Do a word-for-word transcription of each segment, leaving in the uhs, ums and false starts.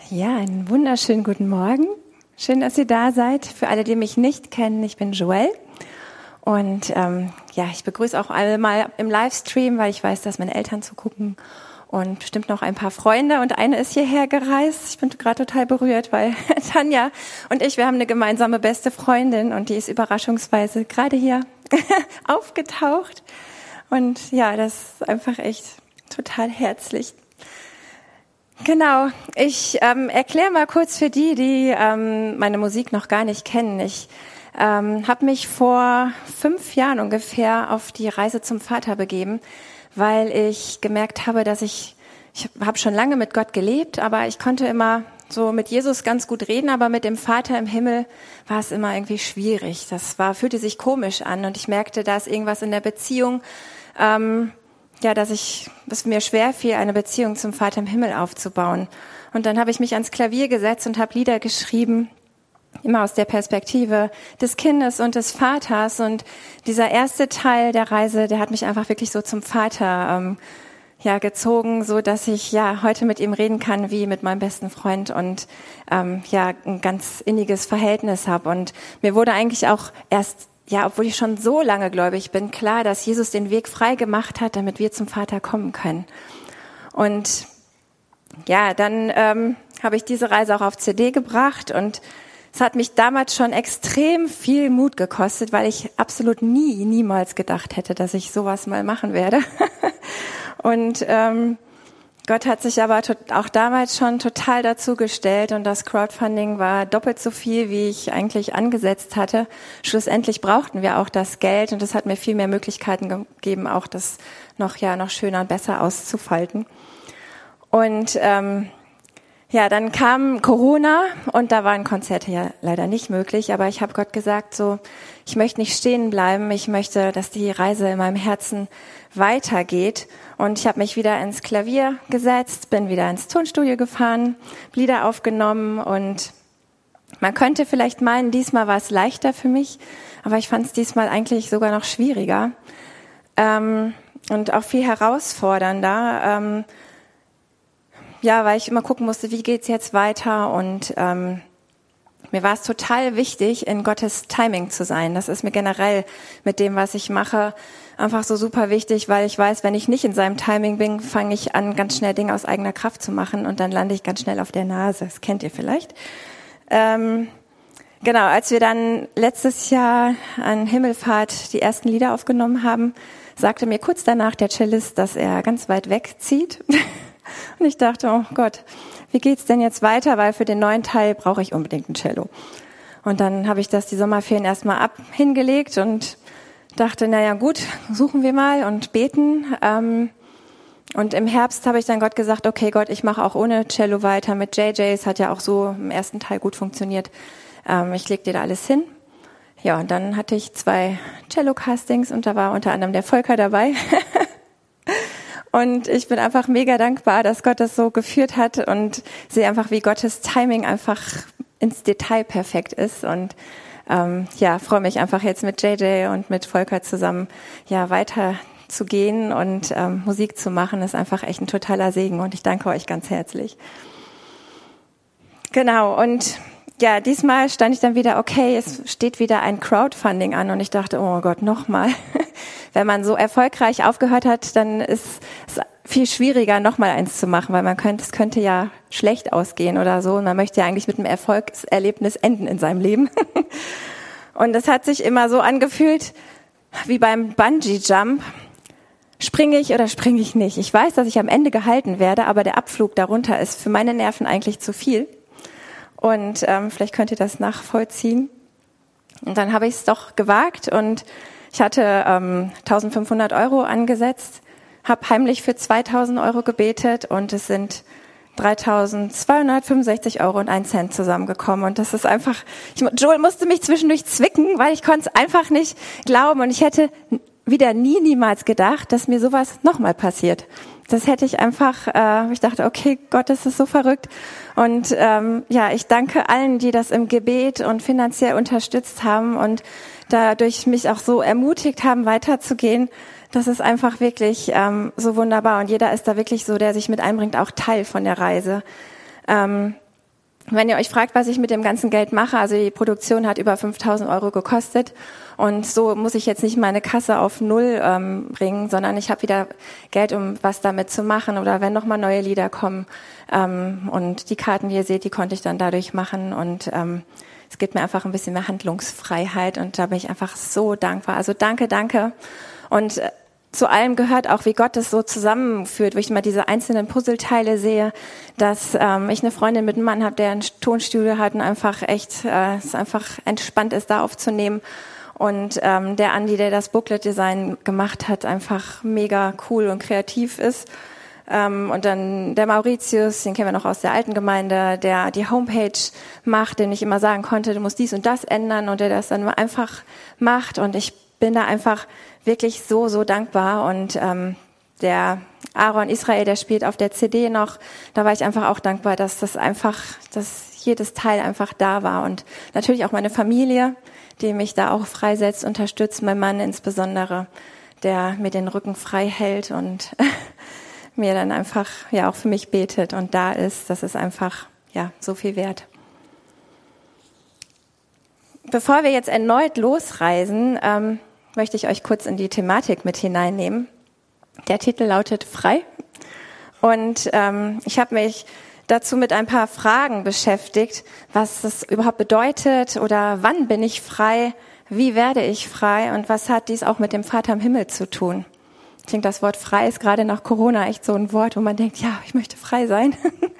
Ja, einen wunderschönen guten Morgen. Schön, dass ihr da seid. Für alle, die mich nicht kennen, ich bin Joelle. Und ähm, ja, ich begrüße auch alle mal im Livestream, weil ich weiß, dass meine Eltern zugucken und bestimmt noch ein paar Freunde. Und eine ist hierher gereist. Ich bin gerade total berührt, weil Tanja und ich, wir haben eine gemeinsame beste Freundin und die ist überraschungsweise gerade hier aufgetaucht. Und ja, das ist einfach echt total herzlich. Genau, ich ähm, erkläre mal kurz für die, die ähm, meine Musik noch gar nicht kennen. Ich ähm, habe mich vor fünf Jahren ungefähr auf die Reise zum Vater begeben, weil ich gemerkt habe, dass ich, ich habe schon lange mit Gott gelebt, aber ich konnte immer so mit Jesus ganz gut reden, aber mit dem Vater im Himmel war es immer irgendwie schwierig. Das war, fühlte sich komisch an und ich merkte, da ist irgendwas in der Beziehung, ähm, ja, dass ich, es mir schwer fiel, eine Beziehung zum Vater im Himmel aufzubauen. Und dann habe ich mich ans Klavier gesetzt und habe Lieder geschrieben, immer aus der Perspektive des Kindes und des Vaters. Und dieser erste Teil der Reise, der hat mich einfach wirklich so zum Vater ähm, ja gezogen, so dass ich ja heute mit ihm reden kann wie mit meinem besten Freund und ähm, ja ein ganz inniges Verhältnis habe. Und mir wurde eigentlich auch erst Ja, obwohl ich schon so lange gläubig bin, klar, dass Jesus den Weg frei gemacht hat, damit wir zum Vater kommen können. Und ja, dann ähm, habe ich diese Reise auch auf C D gebracht und es hat mich damals schon extrem viel Mut gekostet, weil ich absolut nie, niemals gedacht hätte, dass ich sowas mal machen werde. Und ähm, Gott hat sich aber auch damals schon total dazu gestellt und das Crowdfunding war doppelt so viel, wie ich eigentlich angesetzt hatte. Schlussendlich brauchten wir auch das Geld und es hat mir viel mehr Möglichkeiten gegeben, auch das noch ja noch schöner und besser auszufalten. Und ähm, ja, dann kam Corona und da waren Konzerte ja leider nicht möglich, aber ich habe Gott gesagt, so, ich möchte nicht stehen bleiben, ich möchte, dass die Reise in meinem Herzen weitergeht. Und ich habe mich wieder ins Klavier gesetzt, bin wieder ins Tonstudio gefahren, Lieder aufgenommen und man könnte vielleicht meinen, diesmal war es leichter für mich, aber ich fand es diesmal eigentlich sogar noch schwieriger ähm, und auch viel herausfordernder. Ähm, ja, weil ich immer gucken musste, wie geht's jetzt weiter und ähm, mir war es total wichtig, in Gottes Timing zu sein. Das ist mir generell mit dem, was ich mache, einfach so super wichtig, weil ich weiß, wenn ich nicht in seinem Timing bin, fange ich an, ganz schnell Dinge aus eigener Kraft zu machen und dann lande ich ganz schnell auf der Nase. Das kennt ihr vielleicht. Ähm, genau, als wir dann letztes Jahr an Himmelfahrt die ersten Lieder aufgenommen haben, sagte mir kurz danach der Cellist, dass er ganz weit wegzieht. Und ich dachte, oh Gott, wie geht's denn jetzt weiter? Weil für den neuen Teil brauche ich unbedingt ein Cello. Und dann habe ich das die Sommerferien erstmal ab hingelegt und dachte, naja gut, suchen wir mal und beten. Und im Herbst habe ich dann Gott gesagt, okay Gott, ich mache auch ohne Cello weiter mit J J. Es hat ja auch so im ersten Teil gut funktioniert. Ich leg dir da alles hin. Ja, und dann hatte ich zwei Cello-Castings und da war unter anderem der Volker dabei. Und ich bin einfach mega dankbar, dass Gott das so geführt hat und sehe einfach, wie Gottes Timing einfach ins Detail perfekt ist. Und ähm, ja, freue mich einfach jetzt mit J J und mit Volker zusammen ja weiter zu gehen und ähm, Musik zu machen. Das ist einfach echt ein totaler Segen und ich danke euch ganz herzlich. Genau, und ja, diesmal stand ich dann wieder, okay, es steht wieder ein Crowdfunding an und ich dachte, oh Gott, nochmal. Wenn man so erfolgreich aufgehört hat, dann ist es viel schwieriger, nochmal eins zu machen, weil man könnte, es könnte ja schlecht ausgehen oder so und man möchte ja eigentlich mit einem Erfolgserlebnis enden in seinem Leben. Und es hat sich immer so angefühlt, wie beim Bungee-Jump. Springe ich oder springe ich nicht? Ich weiß, dass ich am Ende gehalten werde, aber der Abflug darunter ist für meine Nerven eigentlich zu viel. Und ähm, vielleicht könnt ihr das nachvollziehen. Und dann habe ich es doch gewagt und ich hatte ähm, eintausendfünfhundert Euro angesetzt, habe heimlich für zweitausend Euro gebetet und es sind dreitausendzweihundertfünfundsechzig Euro und ein Cent zusammengekommen. Und das ist einfach, ich, Joel musste mich zwischendurch zwicken, weil ich konnte es einfach nicht glauben und ich hätte wieder nie, niemals gedacht, dass mir sowas nochmal passiert. Das hätte ich einfach, äh, ich dachte, okay, Gott, das ist so verrückt. Und ähm, ja, ich danke allen, die das im Gebet und finanziell unterstützt haben und dadurch mich auch so ermutigt haben, weiterzugehen. Das ist einfach wirklich ähm, so wunderbar. Und jeder ist da wirklich so, der sich mit einbringt, auch Teil von der Reise. Ähm, Wenn ihr euch fragt, was ich mit dem ganzen Geld mache, also die Produktion hat über fünftausend Euro gekostet und so muss ich jetzt nicht meine Kasse auf Null ähm, bringen, sondern ich habe wieder Geld, um was damit zu machen oder wenn nochmal neue Lieder kommen ähm, und die Karten, die ihr seht, die konnte ich dann dadurch machen und ähm, es gibt mir einfach ein bisschen mehr Handlungsfreiheit und da bin ich einfach so dankbar. Also danke, danke und äh, zu allem gehört auch, wie Gott es so zusammenführt, wo ich mal diese einzelnen Puzzleteile sehe, dass ähm, ich eine Freundin mit einem Mann habe, der ein Tonstudio hat und einfach echt, äh, es einfach entspannt ist, da aufzunehmen. Und ähm, der Andi, der das Booklet-Design gemacht hat, einfach mega cool und kreativ ist. Ähm, und dann der Mauritius, den kennen wir noch aus der alten Gemeinde, der die Homepage macht, den ich immer sagen konnte, du musst dies und das ändern und der das dann einfach macht. Und ich bin da einfach wirklich so, so dankbar und ähm, der Aaron Israel, der spielt auf der C D noch, da war ich einfach auch dankbar, dass das einfach, dass jedes Teil einfach da war und natürlich auch meine Familie, die mich da auch freisetzt, unterstützt, mein Mann insbesondere, der mir den Rücken frei hält und mir dann einfach ja auch für mich betet und da ist, das ist einfach ja so viel wert. Bevor wir jetzt erneut losreisen, ähm, möchte ich euch kurz in die Thematik mit hineinnehmen. Der Titel lautet Frei und ähm, ich habe mich dazu mit ein paar Fragen beschäftigt, was das überhaupt bedeutet oder wann bin ich frei, wie werde ich frei und was hat dies auch mit dem Vater im Himmel zu tun. Ich denke, das Wort frei ist gerade nach Corona echt so ein Wort, wo man denkt, ja, ich möchte frei sein.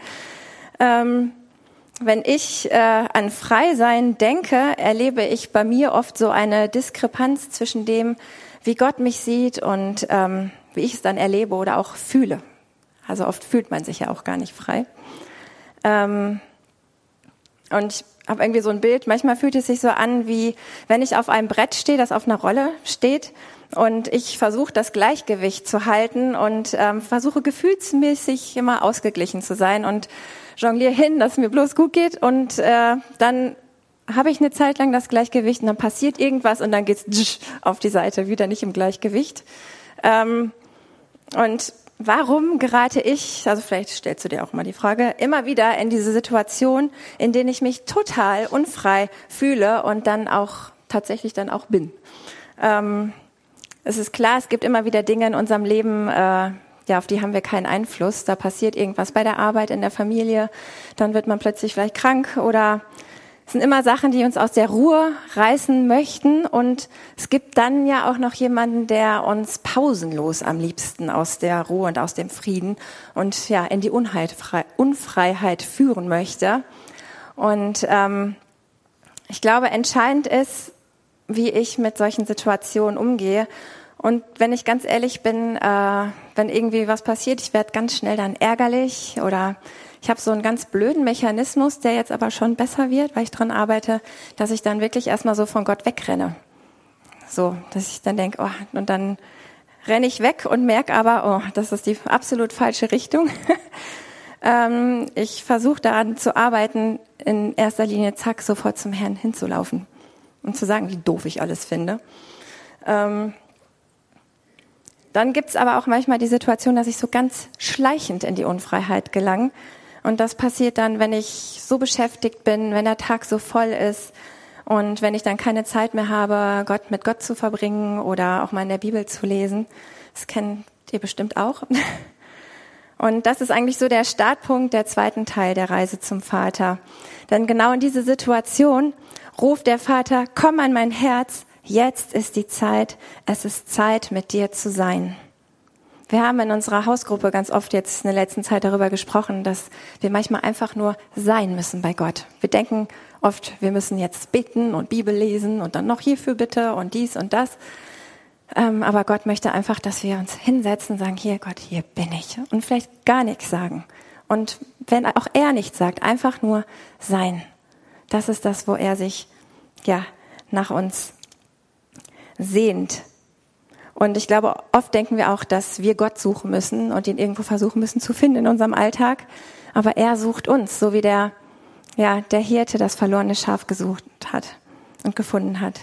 ähm, Wenn ich äh, an Freisein denke, erlebe ich bei mir oft so eine Diskrepanz zwischen dem, wie Gott mich sieht und ähm, wie ich es dann erlebe oder auch fühle. Also oft fühlt man sich ja auch gar nicht frei. Ähm, und ich habe irgendwie so ein Bild, manchmal fühlt es sich so an, wie wenn ich auf einem Brett stehe, das auf einer Rolle steht und ich versuche, das Gleichgewicht zu halten und ähm, versuche gefühlsmäßig immer ausgeglichen zu sein und jongliere hin, dass es mir bloß gut geht und äh, dann habe ich eine Zeit lang das Gleichgewicht und dann passiert irgendwas und dann geht's auf die Seite, wieder nicht im Gleichgewicht. Ähm, und warum gerate ich, also vielleicht stellst du dir auch mal die Frage, immer wieder in diese Situation, in denen ich mich total unfrei fühle und dann auch tatsächlich dann auch bin. Ähm, es ist klar, es gibt immer wieder Dinge in unserem Leben, äh, ja, auf die haben wir keinen Einfluss. Da passiert irgendwas bei der Arbeit, in der Familie, dann wird man plötzlich vielleicht krank oder es sind immer Sachen, die uns aus der Ruhe reißen möchten und es gibt dann ja auch noch jemanden, der uns pausenlos am liebsten aus der Ruhe und aus dem Frieden und ja in die Unheit, Unfreiheit führen möchte. Und ähm, ich glaube, entscheidend ist, wie ich mit solchen Situationen umgehe. Und wenn ich ganz ehrlich bin, äh, wenn irgendwie was passiert, ich werde ganz schnell dann ärgerlich oder ich habe so einen ganz blöden Mechanismus, der jetzt aber schon besser wird, weil ich dran arbeite, dass ich dann wirklich erstmal so von Gott wegrenne. So, dass ich dann denke, oh, und dann renne ich weg und merke aber, oh, das ist die absolut falsche Richtung. ähm, ich versuche daran zu arbeiten, in erster Linie, zack, sofort zum Herrn hinzulaufen und zu sagen, wie doof ich alles finde. Ähm, Dann gibt's aber auch manchmal die Situation, dass ich so ganz schleichend in die Unfreiheit gelange. Und das passiert dann, wenn ich so beschäftigt bin, wenn der Tag so voll ist und wenn ich dann keine Zeit mehr habe, Gott mit Gott zu verbringen oder auch mal in der Bibel zu lesen. Das kennt ihr bestimmt auch. Und das ist eigentlich so der Startpunkt der zweiten Teil der Reise zum Vater. Denn genau in diese Situation ruft der Vater, komm an mein Herz, jetzt ist die Zeit, es ist Zeit, mit dir zu sein. Wir haben in unserer Hausgruppe ganz oft jetzt in der letzten Zeit darüber gesprochen, dass wir manchmal einfach nur sein müssen bei Gott. Wir denken oft, wir müssen jetzt beten und Bibel lesen und dann noch hierfür bitte und dies und das. Ähm, aber Gott möchte einfach, dass wir uns hinsetzen und sagen, hier Gott, hier bin ich. Und vielleicht gar nichts sagen. Und wenn auch er nichts sagt, einfach nur sein. Das ist das, wo er sich ja nach uns sehnt. Und ich glaube, oft denken wir auch, dass wir Gott suchen müssen und ihn irgendwo versuchen müssen zu finden in unserem Alltag. Aber er sucht uns, so wie der, ja, der Hirte das verlorene Schaf gesucht hat und gefunden hat.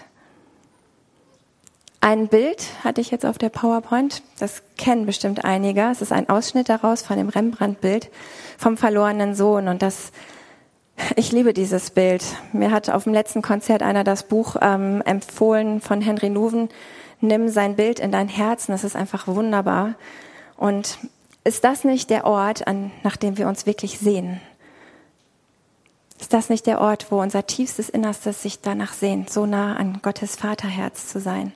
Ein Bild hatte ich jetzt auf der PowerPoint, das kennen bestimmt einige. Es ist ein Ausschnitt daraus von dem Rembrandt-Bild vom verlorenen Sohn. Und das Ich liebe dieses Bild. Mir hat auf dem letzten Konzert einer das Buch ähm, empfohlen von Henry Nouwen. Nimm sein Bild in dein Herzen. Das ist einfach wunderbar. Und ist das nicht der Ort, an, nach dem wir uns wirklich sehnen? Ist das nicht der Ort, wo unser tiefstes Innerstes sich danach sehnt, so nah an Gottes Vaterherz zu sein?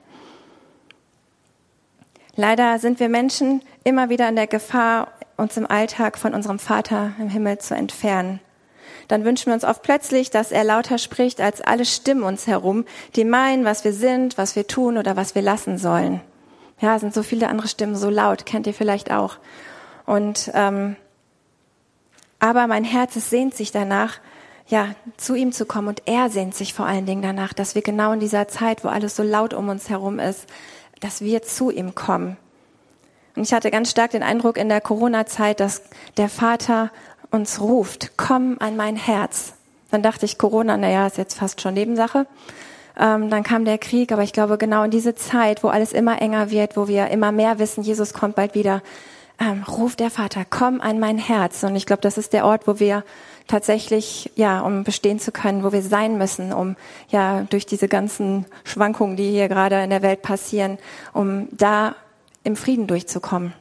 Leider sind wir Menschen immer wieder in der Gefahr, uns im Alltag von unserem Vater im Himmel zu entfernen. Dann wünschen wir uns oft plötzlich, dass er lauter spricht als alle Stimmen uns herum, die meinen, was wir sind, was wir tun oder was wir lassen sollen. Ja, sind so viele andere Stimmen so laut, kennt ihr vielleicht auch. Und ähm, aber mein Herz, es sehnt sich danach, ja, zu ihm zu kommen, und er sehnt sich vor allen Dingen danach, dass wir genau in dieser Zeit, wo alles so laut um uns herum ist, dass wir zu ihm kommen. Und ich hatte ganz stark den Eindruck in der Corona-Zeit, dass der Vater uns ruft, komm an mein Herz. Dann dachte ich, Corona, naja, ist jetzt fast schon Nebensache. Ähm, dann kam der Krieg, aber ich glaube, genau in diese Zeit, wo alles immer enger wird, wo wir immer mehr wissen, Jesus kommt bald wieder, ähm, ruft der Vater, komm an mein Herz. Und ich glaube, das ist der Ort, wo wir tatsächlich, ja, um bestehen zu können, wo wir sein müssen, um ja durch diese ganzen Schwankungen, die hier gerade in der Welt passieren, um da im Frieden durchzukommen.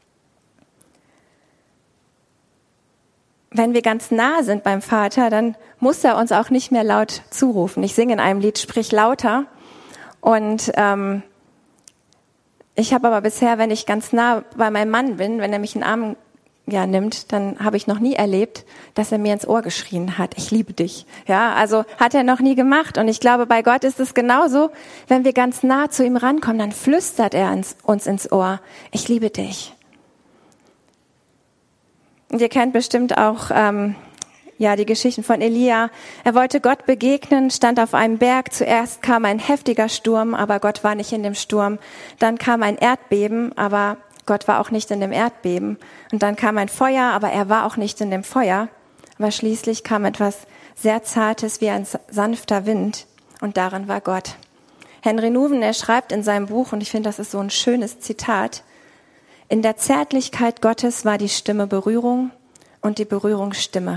Wenn wir ganz nah sind beim Vater, dann muss er uns auch nicht mehr laut zurufen. Ich singe in einem Lied, sprich lauter. Und ähm, ich habe aber bisher, wenn ich ganz nah bei meinem Mann bin, wenn er mich in den Arm ja, nimmt, dann habe ich noch nie erlebt, dass er mir ins Ohr geschrien hat, ich liebe dich. Ja, also hat er noch nie gemacht. Und ich glaube, bei Gott ist es genauso. Wenn wir ganz nah zu ihm rankommen, dann flüstert er uns, uns ins Ohr, ich liebe dich. Und ihr kennt bestimmt auch ähm, ja die Geschichten von Elia. Er wollte Gott begegnen, stand auf einem Berg. Zuerst kam ein heftiger Sturm, aber Gott war nicht in dem Sturm. Dann kam ein Erdbeben, aber Gott war auch nicht in dem Erdbeben. Und dann kam ein Feuer, aber er war auch nicht in dem Feuer. Aber schließlich kam etwas sehr Zartes wie ein sanfter Wind. Und darin war Gott. Henry Nouwen, er schreibt in seinem Buch, und ich finde, das ist so ein schönes Zitat, in der Zärtlichkeit Gottes war die Stimme Berührung und die Berührung Stimme.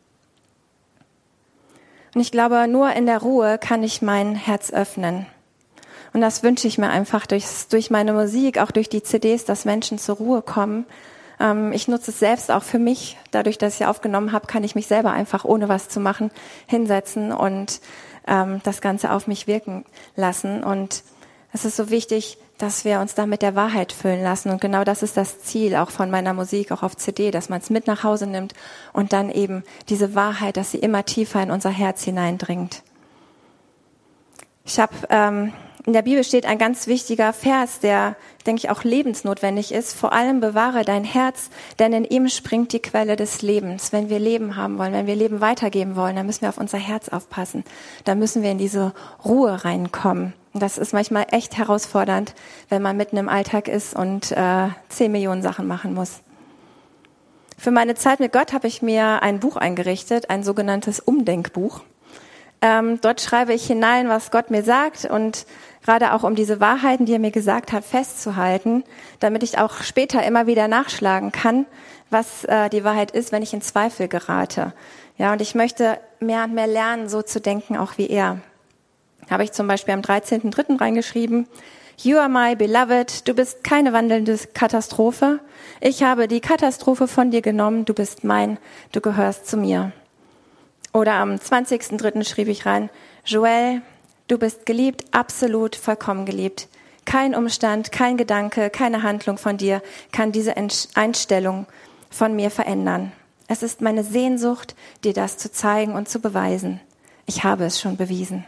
Und ich glaube, nur in der Ruhe kann ich mein Herz öffnen. Und das wünsche ich mir einfach durch, durch meine Musik, auch durch die C Ds, dass Menschen zur Ruhe kommen. Ähm, ich nutze es selbst auch für mich. Dadurch, dass ich sie aufgenommen habe, kann ich mich selber einfach, ohne was zu machen, hinsetzen und ähm, das Ganze auf mich wirken lassen. Und es ist so wichtig, dass wir uns da mit der Wahrheit füllen lassen. Und genau das ist das Ziel auch von meiner Musik, auch auf C D, dass man es mit nach Hause nimmt und dann eben diese Wahrheit, dass sie immer tiefer in unser Herz hineindringt. Ich habe... Ähm, In der Bibel steht ein ganz wichtiger Vers, der, denke ich, auch lebensnotwendig ist. Vor allem bewahre dein Herz, denn in ihm springt die Quelle des Lebens. Wenn wir Leben haben wollen, wenn wir Leben weitergeben wollen, dann müssen wir auf unser Herz aufpassen. Dann müssen wir in diese Ruhe reinkommen. Und das ist manchmal echt herausfordernd, wenn man mitten im Alltag ist und äh, zehn Millionen Sachen machen muss. Für meine Zeit mit Gott habe ich mir ein Buch eingerichtet, ein sogenanntes Umdenkbuch. Ähm, dort schreibe ich hinein, was Gott mir sagt, und gerade auch um diese Wahrheiten, die er mir gesagt hat, festzuhalten, damit ich auch später immer wieder nachschlagen kann, was äh, die Wahrheit ist, wenn ich in Zweifel gerate. Ja, und ich möchte mehr und mehr lernen, so zu denken, auch wie er. Habe ich zum Beispiel am dreizehnten dritten reingeschrieben, You are my beloved, du bist keine wandelnde Katastrophe. Ich habe die Katastrophe von dir genommen, du bist mein, du gehörst zu mir. Oder am zwanzigsten dritten schrieb ich rein, Joel, du bist geliebt, absolut vollkommen geliebt. Kein Umstand, kein Gedanke, keine Handlung von dir kann diese Einstellung von mir verändern. Es ist meine Sehnsucht, dir das zu zeigen und zu beweisen. Ich habe es schon bewiesen.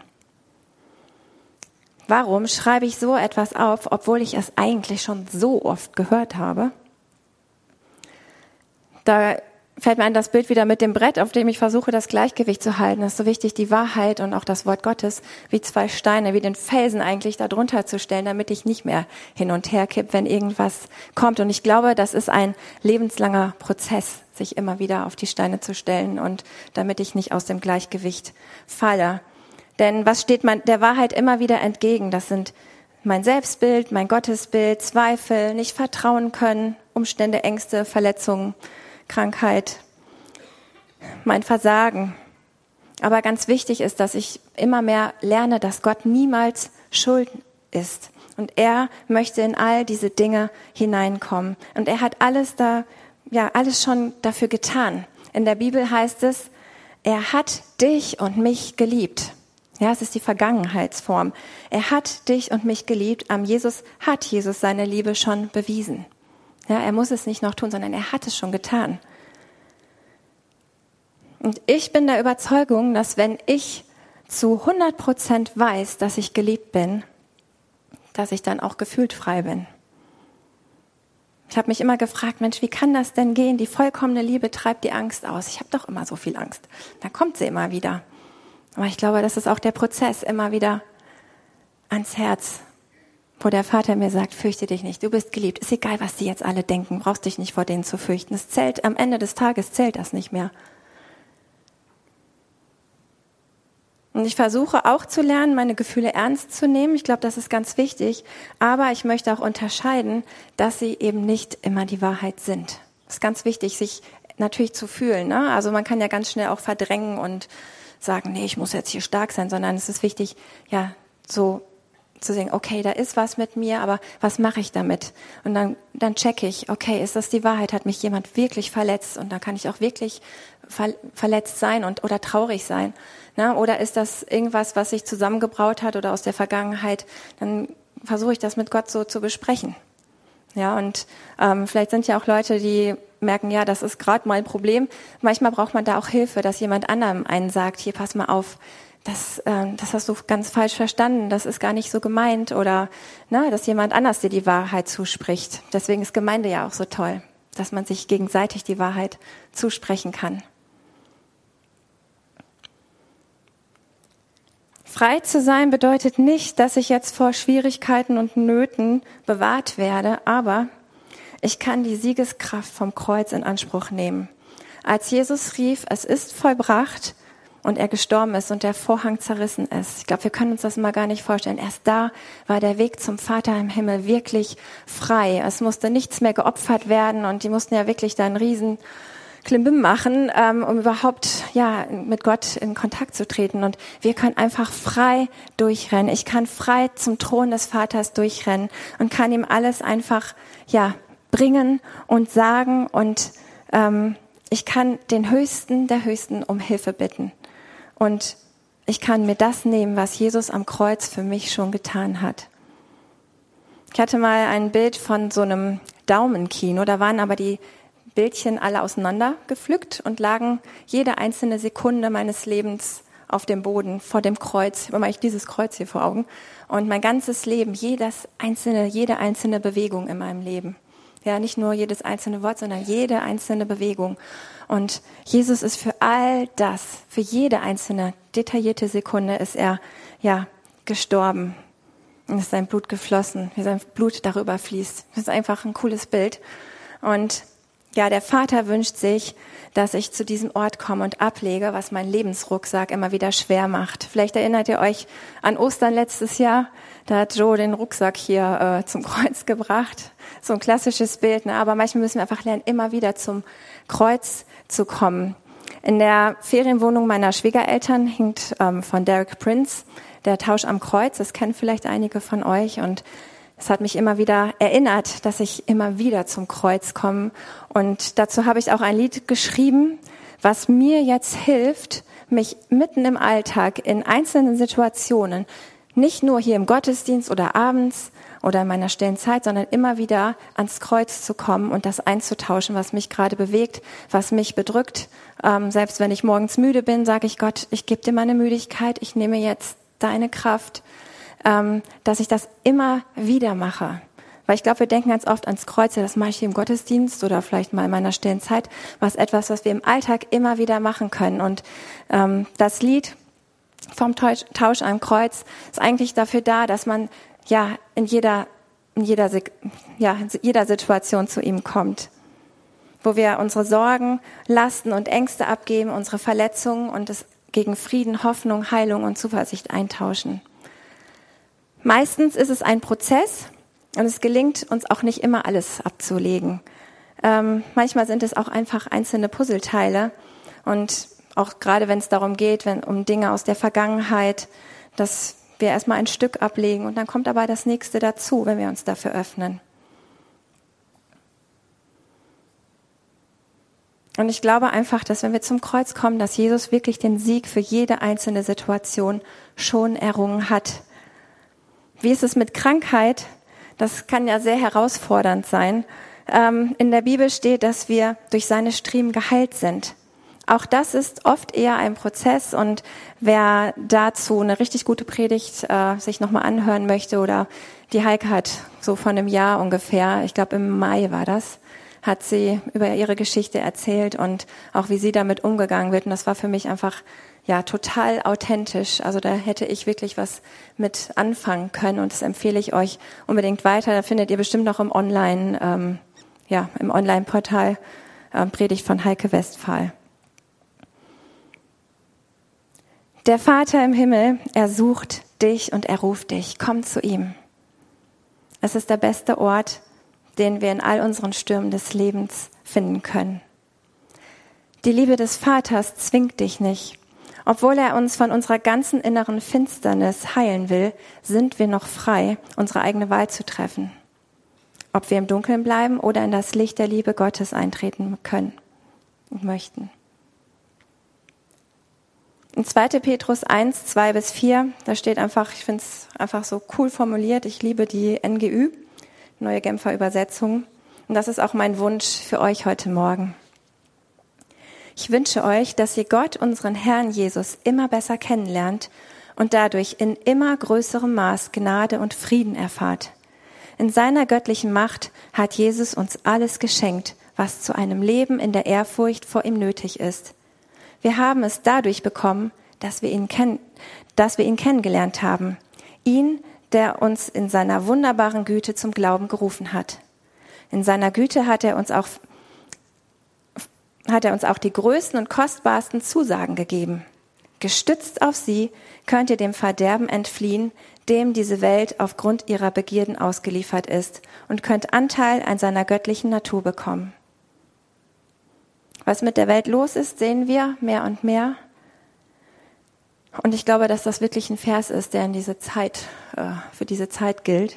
Warum schreibe ich so etwas auf, obwohl ich es eigentlich schon so oft gehört habe? Da fällt mir ein, das Bild wieder mit dem Brett, auf dem ich versuche, das Gleichgewicht zu halten. Es ist so wichtig, die Wahrheit und auch das Wort Gottes wie zwei Steine, wie den Felsen eigentlich da drunter zu stellen, damit ich nicht mehr hin und her kipp, wenn irgendwas kommt. Und ich glaube, das ist ein lebenslanger Prozess, sich immer wieder auf die Steine zu stellen, und damit ich nicht aus dem Gleichgewicht falle. Denn was steht man der Wahrheit immer wieder entgegen? Das sind mein Selbstbild, mein Gottesbild, Zweifel, nicht vertrauen können, Umstände, Ängste, Verletzungen, Krankheit, mein Versagen. Aber ganz wichtig ist, dass ich immer mehr lerne, dass Gott niemals schuld ist. Und er möchte in all diese Dinge hineinkommen. Und er hat alles da, ja, alles schon dafür getan. In der Bibel heißt es, er hat dich und mich geliebt. Ja, es ist die Vergangenheitsform. Er hat dich und mich geliebt. Am Jesus hat Jesus seine Liebe schon bewiesen. Ja, er muss es nicht noch tun, sondern er hat es schon getan. Und ich bin der Überzeugung, dass wenn ich zu hundert Prozent weiß, dass ich geliebt bin, dass ich dann auch gefühlt frei bin. Ich habe mich immer gefragt, Mensch, wie kann das denn gehen? Die vollkommene Liebe treibt die Angst aus. Ich habe doch immer so viel Angst. Da kommt sie immer wieder. Aber ich glaube, das ist auch der Prozess, immer wieder ans Herz, wo der Vater mir sagt, fürchte dich nicht, du bist geliebt. Ist egal, was die jetzt alle denken, brauchst dich nicht vor denen zu fürchten. Es zählt, am Ende des Tages zählt das nicht mehr. Und ich versuche auch zu lernen, meine Gefühle ernst zu nehmen. Ich glaube, das ist ganz wichtig. Aber ich möchte auch unterscheiden, dass sie eben nicht immer die Wahrheit sind. Es ist ganz wichtig, sich natürlich zu fühlen, ne? Also man kann ja ganz schnell auch verdrängen und sagen, nee, ich muss jetzt hier stark sein, sondern es ist wichtig, ja, so zu sehen, okay, da ist was mit mir, aber was mache ich damit? Und dann, dann checke ich, okay, ist das die Wahrheit? Hat mich jemand wirklich verletzt? Und dann kann ich auch wirklich ver- verletzt sein und oder traurig sein. Ne? Oder ist das irgendwas, was sich zusammengebraut hat oder aus der Vergangenheit? Dann versuche ich das mit Gott so zu besprechen. Ja, und ähm, vielleicht sind ja auch Leute, die merken, ja, das ist gerade mal ein Problem. Manchmal braucht man da auch Hilfe, dass jemand anderem einen sagt, hier, pass mal auf, das, äh, das hast du ganz falsch verstanden, das ist gar nicht so gemeint. Oder na, dass jemand anders dir die Wahrheit zuspricht. Deswegen ist Gemeinde ja auch so toll, dass man sich gegenseitig die Wahrheit zusprechen kann. Frei zu sein bedeutet nicht, dass ich jetzt vor Schwierigkeiten und Nöten bewahrt werde, aber ich kann die Siegeskraft vom Kreuz in Anspruch nehmen. Als Jesus rief, es ist vollbracht und er gestorben ist und der Vorhang zerrissen ist. Ich glaube, wir können uns das mal gar nicht vorstellen. Erst da war der Weg zum Vater im Himmel wirklich frei. Es musste nichts mehr geopfert werden und die mussten ja wirklich da einen riesen Klimbim machen, ähm, um überhaupt ja mit Gott in Kontakt zu treten. Und wir können einfach frei durchrennen. Ich kann frei zum Thron des Vaters durchrennen und kann ihm alles einfach ja bringen und sagen. Und ähm, ich kann den Höchsten der Höchsten um Hilfe bitten. Und ich kann mir das nehmen, was Jesus am Kreuz für mich schon getan hat. Ich hatte mal ein Bild von so einem Daumenkino. Da waren aber die Bildchen alle auseinander gepflückt und lagen jede einzelne Sekunde meines Lebens auf dem Boden vor dem Kreuz. Ich habe immer dieses Kreuz hier vor Augen. Und mein ganzes Leben, jedes einzelne, jede einzelne Bewegung in meinem Leben. Ja, nicht nur jedes einzelne Wort, sondern jede einzelne Bewegung. Und Jesus ist für all das, für jede einzelne detaillierte Sekunde ist er, ja, gestorben. Und ist sein Blut geflossen, wie sein Blut darüber fließt. Das ist einfach ein cooles Bild. Und ja, der Vater wünscht sich, dass ich zu diesem Ort komme und ablege, was mein Lebensrucksack immer wieder schwer macht. Vielleicht erinnert ihr euch an Ostern letztes Jahr. Da hat Joe den Rucksack hier äh, zum Kreuz gebracht. So ein klassisches Bild, ne? Aber manchmal müssen wir einfach lernen, immer wieder zum Kreuz zu kommen. In der Ferienwohnung meiner Schwiegereltern hängt ähm, von Derek Prince der Tausch am Kreuz. Das kennen vielleicht einige von euch und es hat mich immer wieder erinnert, dass ich immer wieder zum Kreuz komme. Und dazu habe ich auch ein Lied geschrieben, was mir jetzt hilft, mich mitten im Alltag in einzelnen Situationen, nicht nur hier im Gottesdienst oder abends oder in meiner stillen Zeit, sondern immer wieder ans Kreuz zu kommen und das einzutauschen, was mich gerade bewegt, was mich bedrückt. Ähm, selbst wenn ich morgens müde bin, sage ich Gott, ich gebe dir meine Müdigkeit, ich nehme jetzt deine Kraft. Ähm, dass ich das immer wieder mache. Weil ich glaube, wir denken ganz oft ans Kreuz, ja, das mache ich hier im Gottesdienst oder vielleicht mal in meiner stillen Zeit, was etwas, was wir im Alltag immer wieder machen können. Und ähm, das Lied vom Tausch, Tausch am Kreuz ist eigentlich dafür da, dass man ja in jeder, in jeder, ja, in jeder Situation zu ihm kommt. Wo wir unsere Sorgen, Lasten und Ängste abgeben, unsere Verletzungen und es gegen Frieden, Hoffnung, Heilung und Zuversicht eintauschen. Meistens ist es ein Prozess und es gelingt uns auch nicht immer alles abzulegen. Ähm, manchmal sind es auch einfach einzelne Puzzleteile und auch gerade wenn es darum geht, wenn um Dinge aus der Vergangenheit, dass wir erstmal ein Stück ablegen und dann kommt aber das nächste dazu, wenn wir uns dafür öffnen. Und ich glaube einfach, dass wenn wir zum Kreuz kommen, dass Jesus wirklich den Sieg für jede einzelne Situation schon errungen hat. Wie ist es mit Krankheit? Das kann ja sehr herausfordernd sein. Ähm, in der Bibel steht, dass wir durch seine Striemen geheilt sind. Auch das ist oft eher ein Prozess und wer dazu eine richtig gute Predigt äh, sich nochmal anhören möchte oder die Heike hat so vor einem Jahr ungefähr, ich glaube im Mai war das, hat sie über ihre Geschichte erzählt und auch wie sie damit umgegangen wird. Und das war für mich einfach ja total authentisch. Also da hätte ich wirklich was mit anfangen können und das empfehle ich euch unbedingt weiter. Da findet ihr bestimmt noch im Online, ähm, ja im Online-Portal ähm, Predigt von Heike Westphal. Der Vater im Himmel, er sucht dich und er ruft dich. Komm zu ihm. Es ist der beste Ort, den wir in all unseren Stürmen des Lebens finden können. Die Liebe des Vaters zwingt dich nicht. Obwohl er uns von unserer ganzen inneren Finsternis heilen will, sind wir noch frei, unsere eigene Wahl zu treffen. Ob wir im Dunkeln bleiben oder in das Licht der Liebe Gottes eintreten können und möchten. In zweiter Petrus eins, zwei bis vier, da steht einfach, ich finde es einfach so cool formuliert, ich liebe die N G Ü, Neue Genfer Übersetzung. Und das ist auch mein Wunsch für euch heute Morgen. Ich wünsche euch, dass ihr Gott, unseren Herrn Jesus, immer besser kennenlernt und dadurch in immer größerem Maß Gnade und Frieden erfahrt. In seiner göttlichen Macht hat Jesus uns alles geschenkt, was zu einem Leben in der Ehrfurcht vor ihm nötig ist. Wir haben es dadurch bekommen, dass wir ihn kennen, dass wir ihn kennengelernt haben. Ihn, der uns in seiner wunderbaren Güte zum Glauben gerufen hat. In seiner Güte hat er uns auch, hat er uns auch die größten und kostbarsten Zusagen gegeben. Gestützt auf sie könnt ihr dem Verderben entfliehen, dem diese Welt aufgrund ihrer Begierden ausgeliefert ist, und könnt Anteil an seiner göttlichen Natur bekommen. Was mit der Welt los ist, sehen wir mehr und mehr. Und ich glaube, dass das wirklich ein Vers ist, der in diese Zeit, äh, für diese Zeit gilt.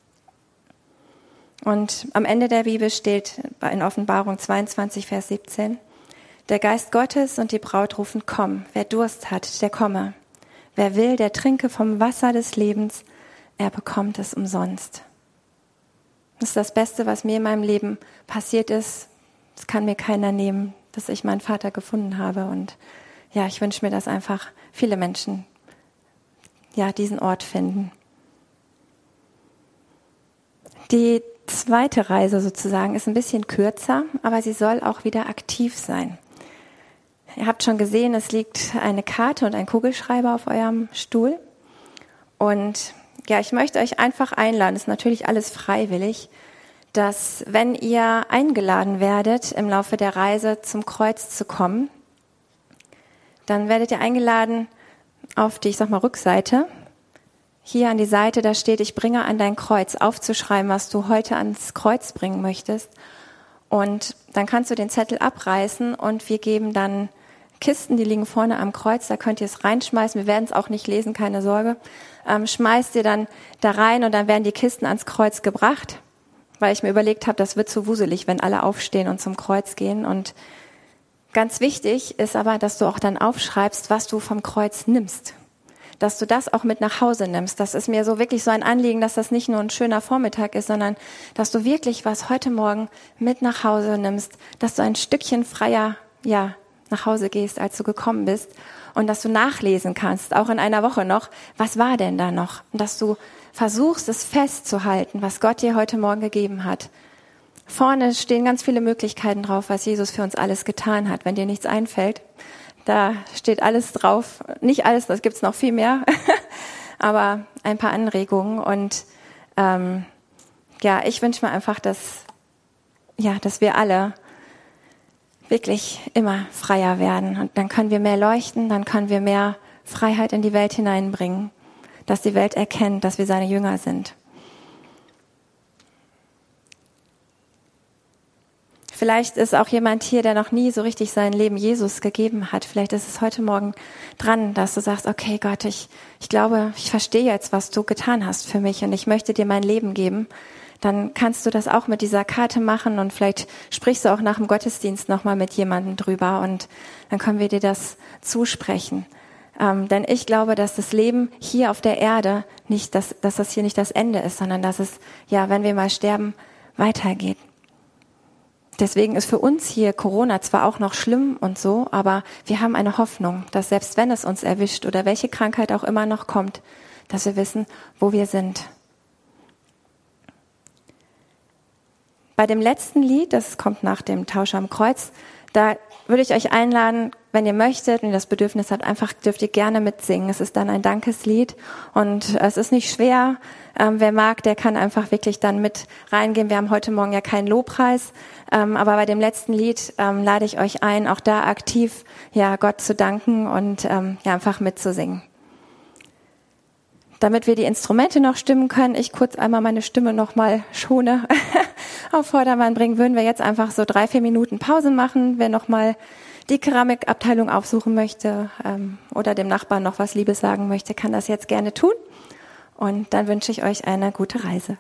Und am Ende der Bibel steht in Offenbarung zweiundzwanzig, Vers siebzehn, der Geist Gottes und die Braut rufen, komm. Wer Durst hat, der komme. Wer will, der trinke vom Wasser des Lebens. Er bekommt es umsonst. Das ist das Beste, was mir in meinem Leben passiert ist. Das kann mir keiner nehmen, dass ich meinen Vater gefunden habe. Und ja, ich wünsche mir, dass einfach viele Menschen ja diesen Ort finden. Die zweite Reise sozusagen ist ein bisschen kürzer, aber sie soll auch wieder aktiv sein. Ihr habt schon gesehen, es liegt eine Karte und ein Kugelschreiber auf eurem Stuhl. Und ja, ich möchte euch einfach einladen, das ist natürlich alles freiwillig, dass wenn ihr eingeladen werdet, im Laufe der Reise zum Kreuz zu kommen, dann werdet ihr eingeladen auf die, ich sag mal, Rückseite. Hier an die Seite, da steht, ich bringe an dein Kreuz, aufzuschreiben, was du heute ans Kreuz bringen möchtest. Und dann kannst du den Zettel abreißen und wir geben dann Kisten, die liegen vorne am Kreuz, da könnt ihr es reinschmeißen. Wir werden es auch nicht lesen, keine Sorge. Ähm, schmeißt ihr dann da rein und dann werden die Kisten ans Kreuz gebracht. Weil ich mir überlegt habe, das wird zu wuselig, wenn alle aufstehen und zum Kreuz gehen. Und ganz wichtig ist aber, dass du auch dann aufschreibst, was du vom Kreuz nimmst. Dass du das auch mit nach Hause nimmst. Das ist mir so wirklich so ein Anliegen, dass das nicht nur ein schöner Vormittag ist, sondern dass du wirklich was heute Morgen mit nach Hause nimmst. Dass du ein Stückchen freier, ja, nach Hause gehst, als du gekommen bist. Und dass du nachlesen kannst, auch in einer Woche noch, was war denn da noch? Und dass du versuchst, es festzuhalten, was Gott dir heute Morgen gegeben hat. Vorne stehen ganz viele Möglichkeiten drauf, was Jesus für uns alles getan hat. Wenn dir nichts einfällt, da steht alles drauf. Nicht alles, das gibt's noch viel mehr, aber ein paar Anregungen. Und ähm, ja, ich wünsche mir einfach, dass ja, dass wir alle wirklich immer freier werden. Und dann können wir mehr leuchten, dann können wir mehr Freiheit in die Welt hineinbringen, dass die Welt erkennt, dass wir seine Jünger sind. Vielleicht ist auch jemand hier, der noch nie so richtig sein Leben Jesus gegeben hat. Vielleicht ist es heute Morgen dran, dass du sagst, okay Gott, ich, ich glaube, ich verstehe jetzt, was du getan hast für mich und ich möchte dir mein Leben geben. Dann kannst du das auch mit dieser Karte machen und vielleicht sprichst du auch nach dem Gottesdienst nochmal mit jemandem drüber und dann können wir dir das zusprechen. Ähm, denn ich glaube, dass das Leben hier auf der Erde nicht, dass, dass das hier nicht das Ende ist, sondern dass es, ja, wenn wir mal sterben, weitergeht. Deswegen ist für uns hier Corona zwar auch noch schlimm und so, aber wir haben eine Hoffnung, dass selbst wenn es uns erwischt oder welche Krankheit auch immer noch kommt, dass wir wissen, wo wir sind. Bei dem letzten Lied, das kommt nach dem Tausch am Kreuz, da würde ich euch einladen, wenn ihr möchtet und ihr das Bedürfnis habt, einfach dürft ihr gerne mitsingen. Es ist dann ein Dankeslied und es ist nicht schwer. Ähm, wer mag, der kann einfach wirklich dann mit reingehen. Wir haben heute Morgen ja keinen Lobpreis, ähm, aber bei dem letzten Lied ähm, lade ich euch ein, auch da aktiv ja Gott zu danken und ähm, ja einfach mitzusingen. Damit wir die Instrumente noch stimmen können, ich kurz einmal meine Stimme noch mal schone, auf Vordermann bringen, würden wir jetzt einfach so drei, vier Minuten Pause machen. Wer noch mal die Keramikabteilung aufsuchen möchte ähm, oder dem Nachbarn noch was Liebes sagen möchte, kann das jetzt gerne tun. Und dann wünsche ich euch eine gute Reise.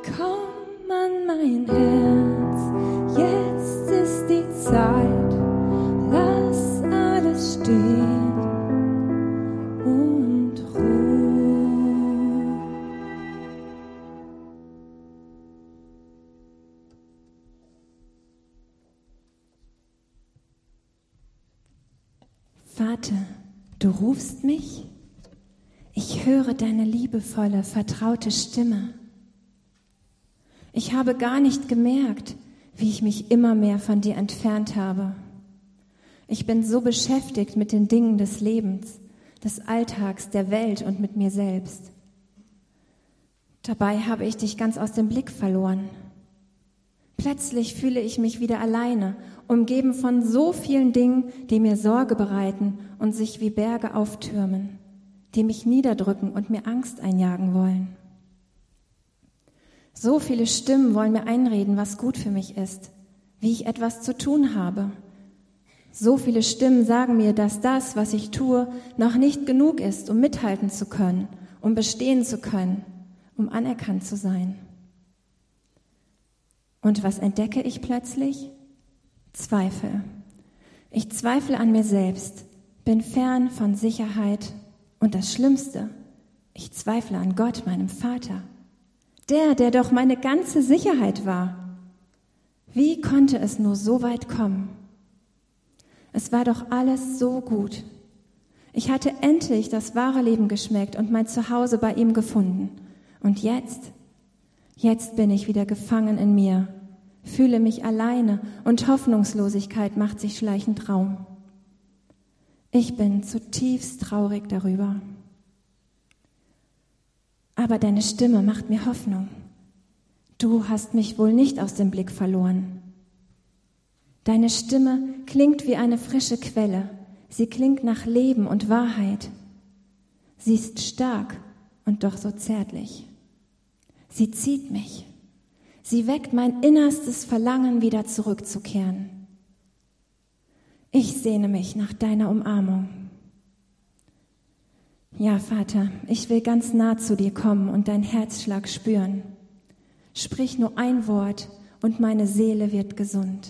Komm an mein Herz, jetzt ist die Zeit, lass alles stehen und ruh. Vater, du rufst mich? Ich höre deine liebevolle, vertraute Stimme. Ich habe gar nicht gemerkt, wie ich mich immer mehr von dir entfernt habe. Ich bin so beschäftigt mit den Dingen des Lebens, des Alltags, der Welt und mit mir selbst. Dabei habe ich dich ganz aus dem Blick verloren. Plötzlich fühle ich mich wieder alleine, umgeben von so vielen Dingen, die mir Sorge bereiten und sich wie Berge auftürmen, die mich niederdrücken und mir Angst einjagen wollen. So viele Stimmen wollen mir einreden, was gut für mich ist, wie ich etwas zu tun habe. So viele Stimmen sagen mir, dass das, was ich tue, noch nicht genug ist, um mithalten zu können, um bestehen zu können, um anerkannt zu sein. Und was entdecke ich plötzlich? Zweifel. Ich zweifle an mir selbst, bin fern von Sicherheit und das Schlimmste, ich zweifle an Gott, meinem Vater. Der, der doch meine ganze Sicherheit war. Wie konnte es nur so weit kommen? Es war doch alles so gut. Ich hatte endlich das wahre Leben geschmeckt und mein Zuhause bei ihm gefunden. Und jetzt, jetzt bin ich wieder gefangen in mir, fühle mich alleine und Hoffnungslosigkeit macht sich schleichend Raum. Ich bin zutiefst traurig darüber. Aber deine Stimme macht mir Hoffnung. Du hast mich wohl nicht aus dem Blick verloren. Deine Stimme klingt wie eine frische Quelle. Sie klingt nach Leben und Wahrheit. Sie ist stark und doch so zärtlich. Sie zieht mich. Sie weckt mein innerstes Verlangen, wieder zurückzukehren. Ich sehne mich nach deiner Umarmung. Ja, Vater, ich will ganz nah zu dir kommen und deinen Herzschlag spüren. Sprich nur ein Wort und meine Seele wird gesund.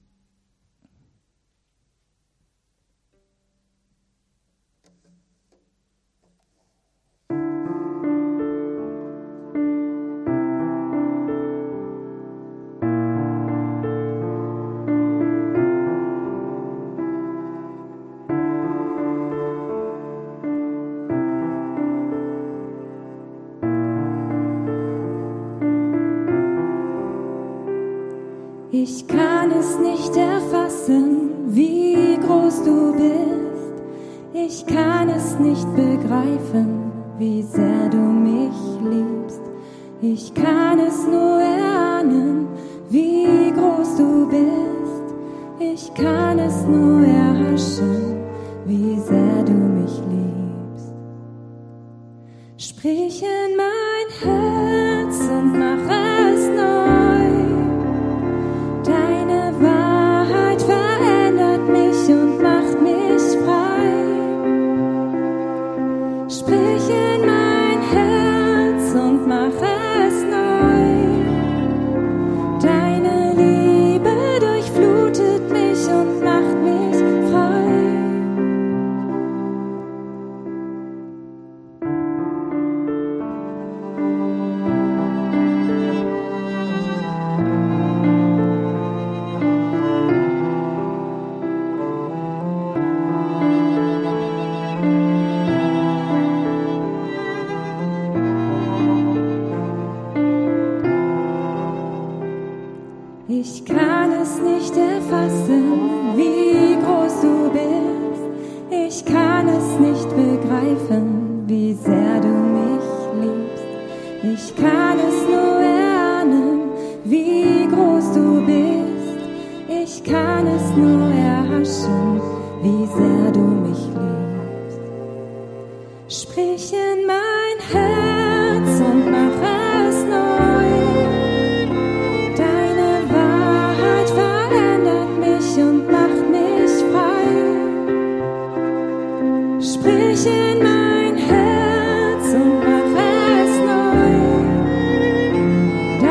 Ich kann es nicht erfassen, wie groß du bist. Ich kann es nicht begreifen, wie sehr du mich liebst. Ich kann es nur erahnen, wie groß du bist. Ich kann es nur erhaschen, wie sehr du mich liebst. Sprich in mein Herz und mach es neu. Ich kann es nicht erfassen, wie groß du bist. Ich kann es nicht begreifen, wie sehr du mich liebst. Ich kann es nur erahnen, wie groß du bist. Ich kann es nur erhaschen, wie sehr du mich liebst. Sprich in mein Herz und mach es neu. Sprich in mein Herz und mach es neu.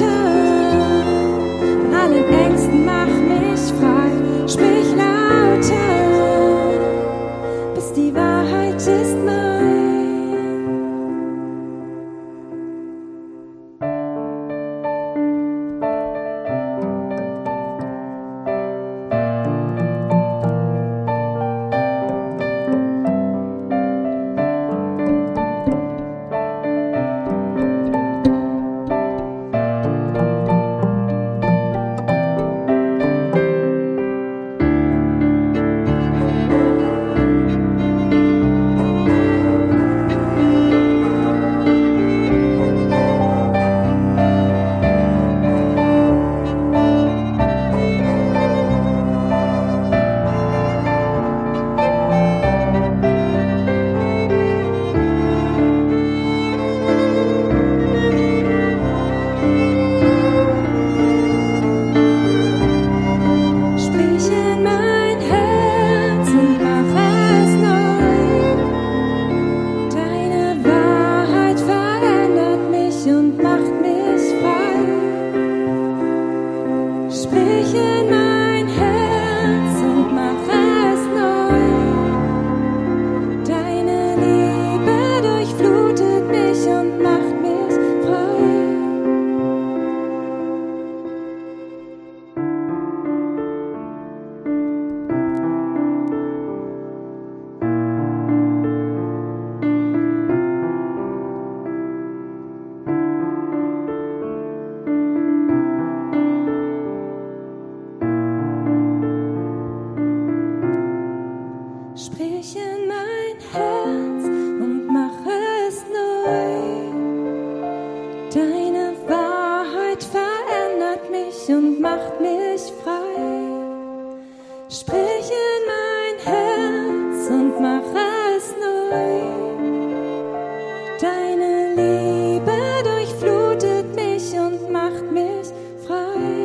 von allen Ängsten, mach mich frei. Sprich lauter, bis die Wahrheit ist mein. Sprich in mein Herz und mache es neu. Deine Wahrheit verändert mich und macht mich frei. Sprich in mein Herz und mache es neu. Deine Liebe durchflutet mich und macht mich frei.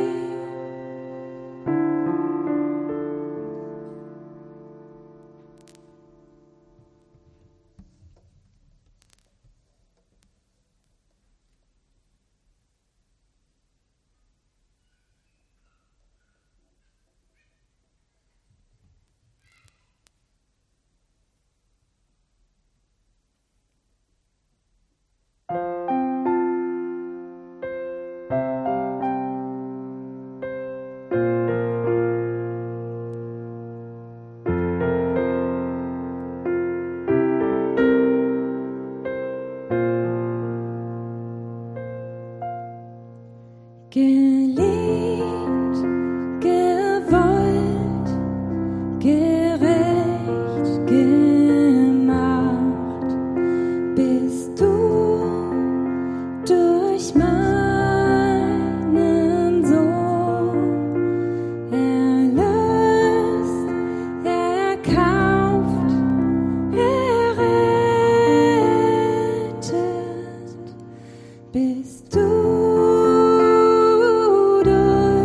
Geliebt, gewollt, gerecht gemacht, bist du durch meinen Sohn erlöst, erkauft, errettet, bist du.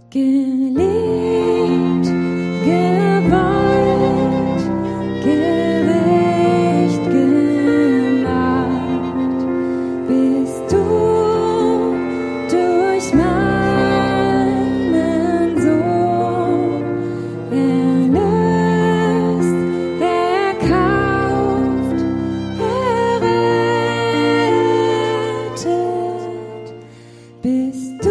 Geliebt, gewollt, gerecht gemacht, bist du durch meinen Sohn erlöst, erkauft, errettet, bist du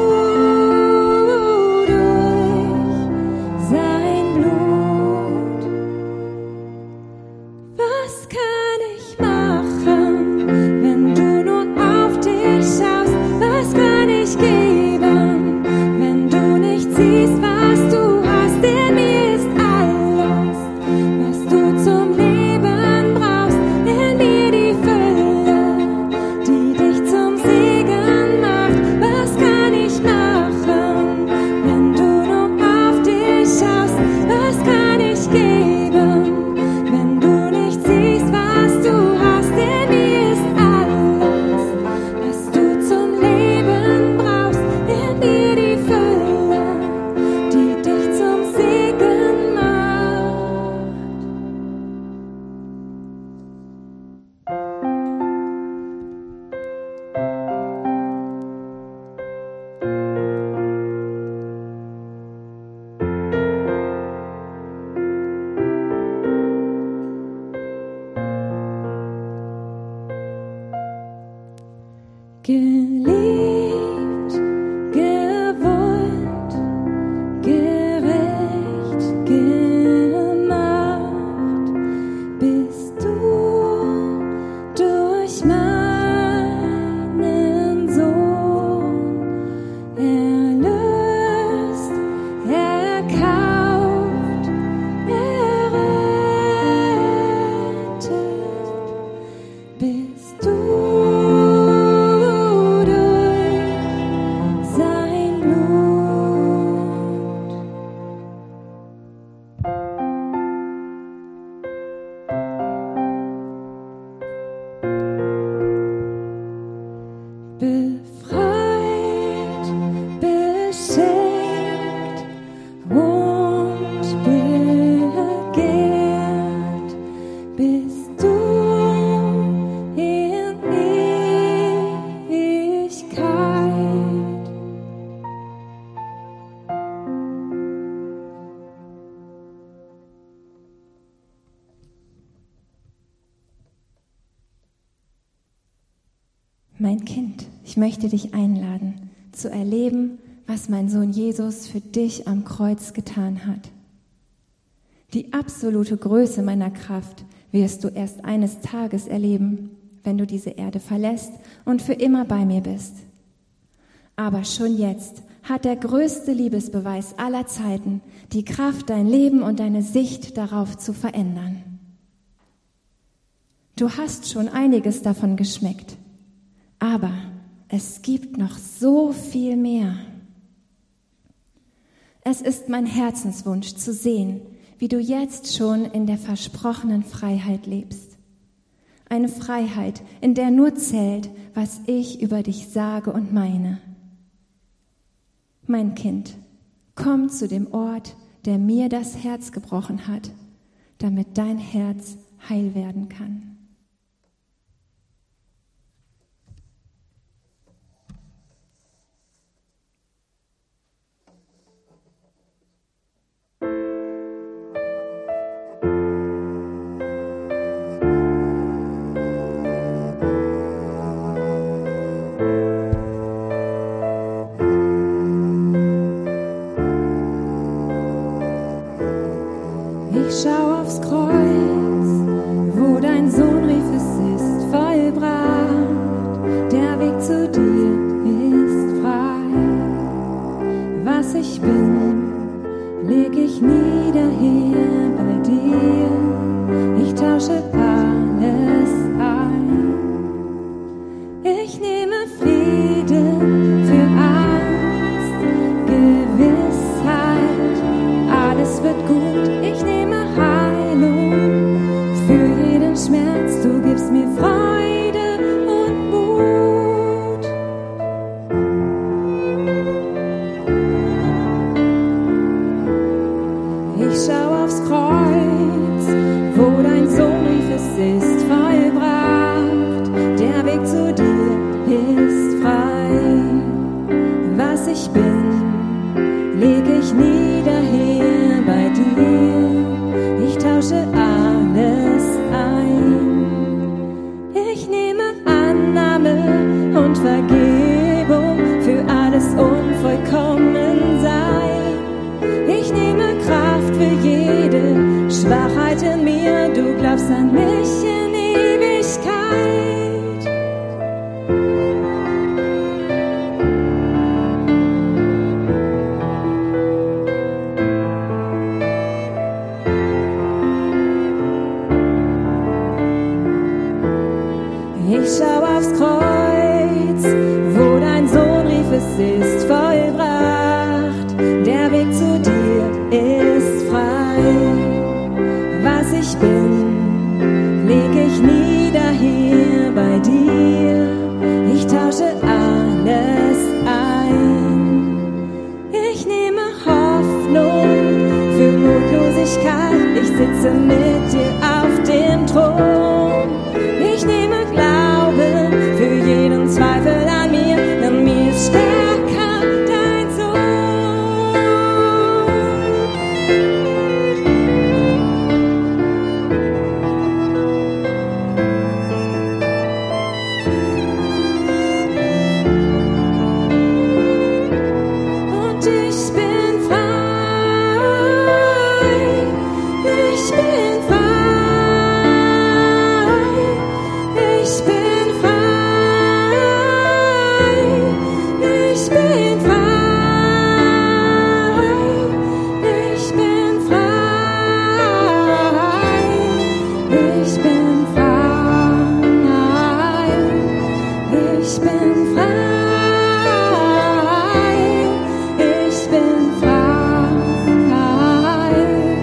geliebt, gewollt, gerecht gemacht, bist du durch meinen Sohn erlöst, erkauft, errettet, bist du befreit, beschenkt und begehrt, bist du in Ewigkeit. Mein Kind, ich möchte dich einladen, zu erleben, was mein Sohn Jesus für dich am Kreuz getan hat. Die absolute Größe meiner Kraft wirst du erst eines Tages erleben, wenn du diese Erde verlässt und für immer bei mir bist. Aber schon jetzt hat der größte Liebesbeweis aller Zeiten die Kraft, dein Leben und deine Sicht darauf zu verändern. Du hast schon einiges davon geschmeckt. Aber es gibt noch so viel mehr. Es ist mein Herzenswunsch zu sehen, wie du jetzt schon in der versprochenen Freiheit lebst. Eine Freiheit, in der nur zählt, was ich über dich sage und meine. Mein Kind, komm zu dem Ort, der mir das Herz gebrochen hat, damit dein Herz heil werden kann. Ich schau aufs Kreuz, wo dein Sohn rief, es ist vollbracht. Der Weg zu dir ist frei. Was ich bin, leg ich nieder hier bei dir. Ich tausche alles ein. Ich nehme Frieden für Angst, Gewissheit, alles wird gut. Ich nehme Heilung für jeden Schmerz, du gibst mir Freude und Mut. sitze mit dir auf dem Thron. Ich nehme Glauben für jeden Zweifel an mir, denn mir ist stärker dein Sohn. Und ich bin frei, ich bin frei, ich bin frei, ich bin frei, ich bin frei, ich bin frei, ich bin frei, ich bin frei.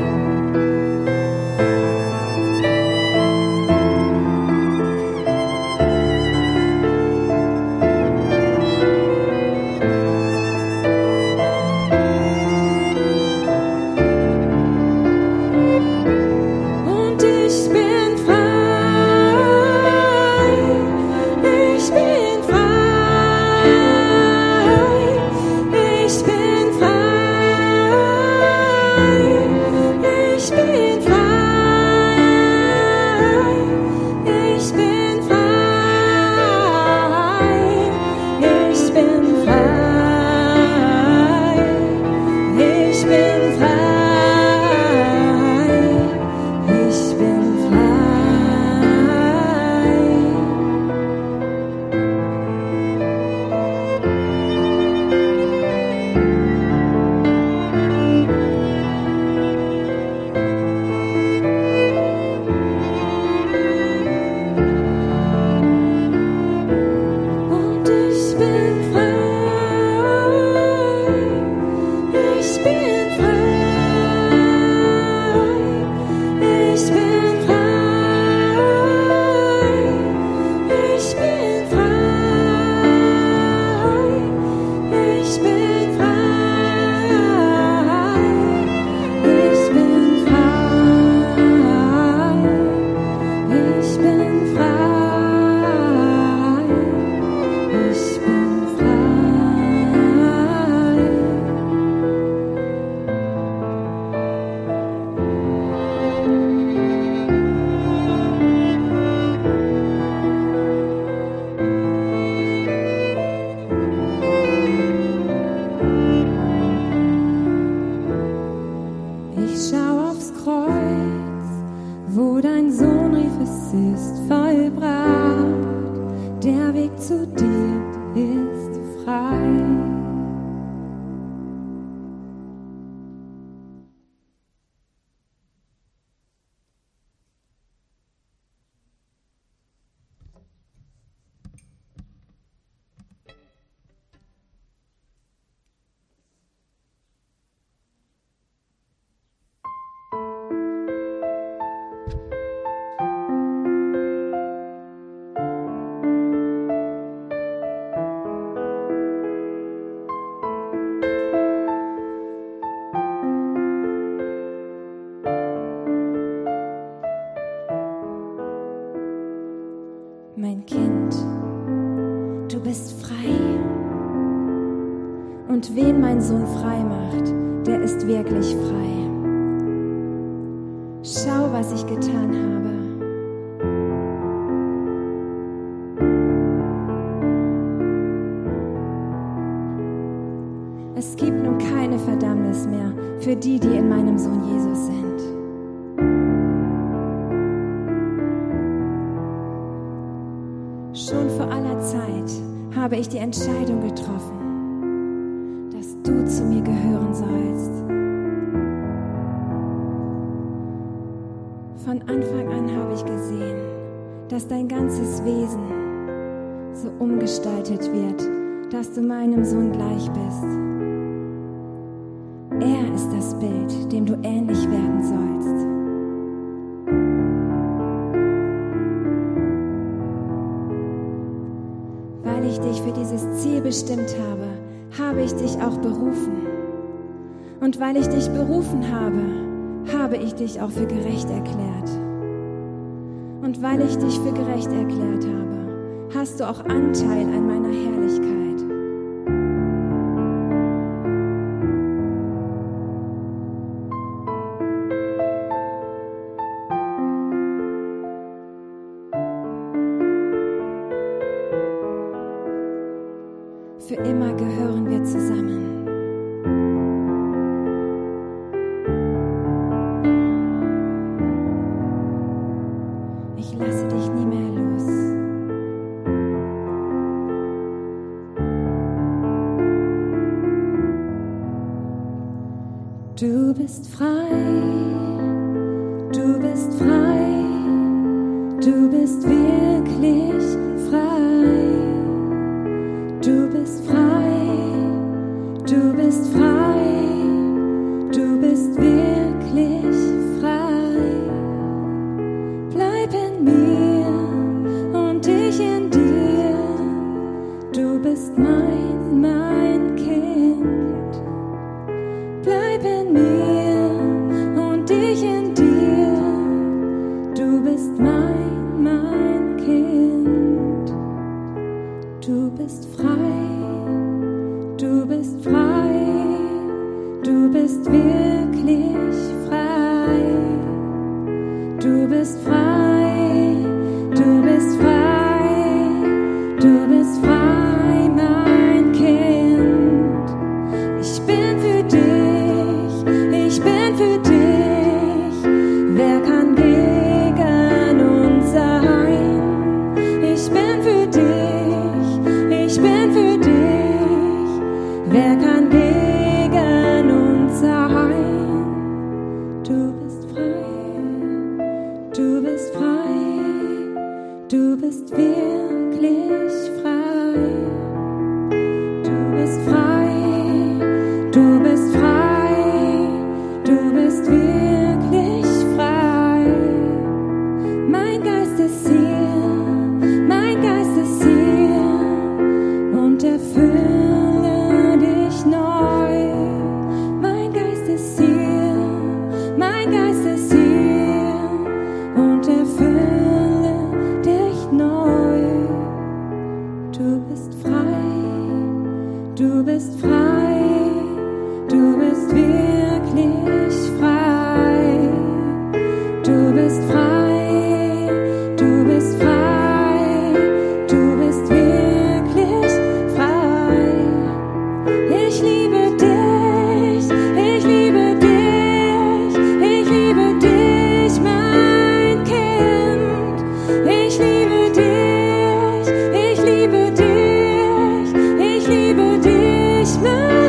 Und ich bin frei, ich bin frei, ich bin frei, ich bin frei, ich bin frei, ich bin frei, ich bin frei, ich bin Und ich bin frei, ich bin frei, ich bin frei, ich bin frei, ich bin frei, ich bin frei, ich bin frei, ich bin frei. Ich schau aufs Kreuz, wo dein Sohn rief, es ist vollbracht. Der Weg zu dir ist frei. Mein Kind, du bist frei. Und wen mein Sohn frei macht, der ist wirklich frei. Schau, was ich getan habe. Es gibt nun keine Verdammnis mehr für die, die in meinem Sohn Jesus sind. Schon vor aller Zeit habe ich die Entscheidung getroffen, dass du zu mir gehören sollst. Von Anfang an habe ich gesehen, dass dein ganzes Wesen so umgestaltet wird, dass du meinem Sohn gleich bist. Er ist das Bild, dem du ähnlich werden sollst. Weil ich dich für dieses Ziel bestimmt habe, habe ich dich auch berufen. Und weil ich dich berufen habe, habe ich dich auch für gerecht erklärt. Und weil ich dich für gerecht erklärt habe, hast du auch Anteil an meiner Herrlichkeit. Für immer gehören wir zusammen. Ich lasse dich nie mehr los. Du bist frei, du bist frei, du bist wirklich frei. Du bist frei, du bist frei, du bist wirklich frei. Bleib in mir und ich in dir, du bist mein, mein Kind. Bleib in mir und ich in dir, du bist mein, mein Kind. Du bist frei, du bist frei, du bist wirklich frei. Du bist frei, du bist frei, du bist frei, mein Kind. Ich bin für dich, ich bin für dich. Wer kann gegen uns sein? Ich bin für dich, ich bin für dich. Wer kann gegen uns sein? Du bist frei, du bist frei, du bist wirklich frei. Du bist frei, du bist frei, du bist wirklich frei. Mein Geist ist hier, mein Geist ist hier und erfülle dich neu. Mein Geist ist hier, mein Geist ist hier und erfülle dich neu. Du bist frei, du bist frei, du bist wirklich frei. Du bist frei, du bist frei, du bist wirklich frei. Ich liebe dich, ich liebe dich, ich liebe dich, mein Kind. Ich liebe dich, ich liebe dich, ich liebe dich, mein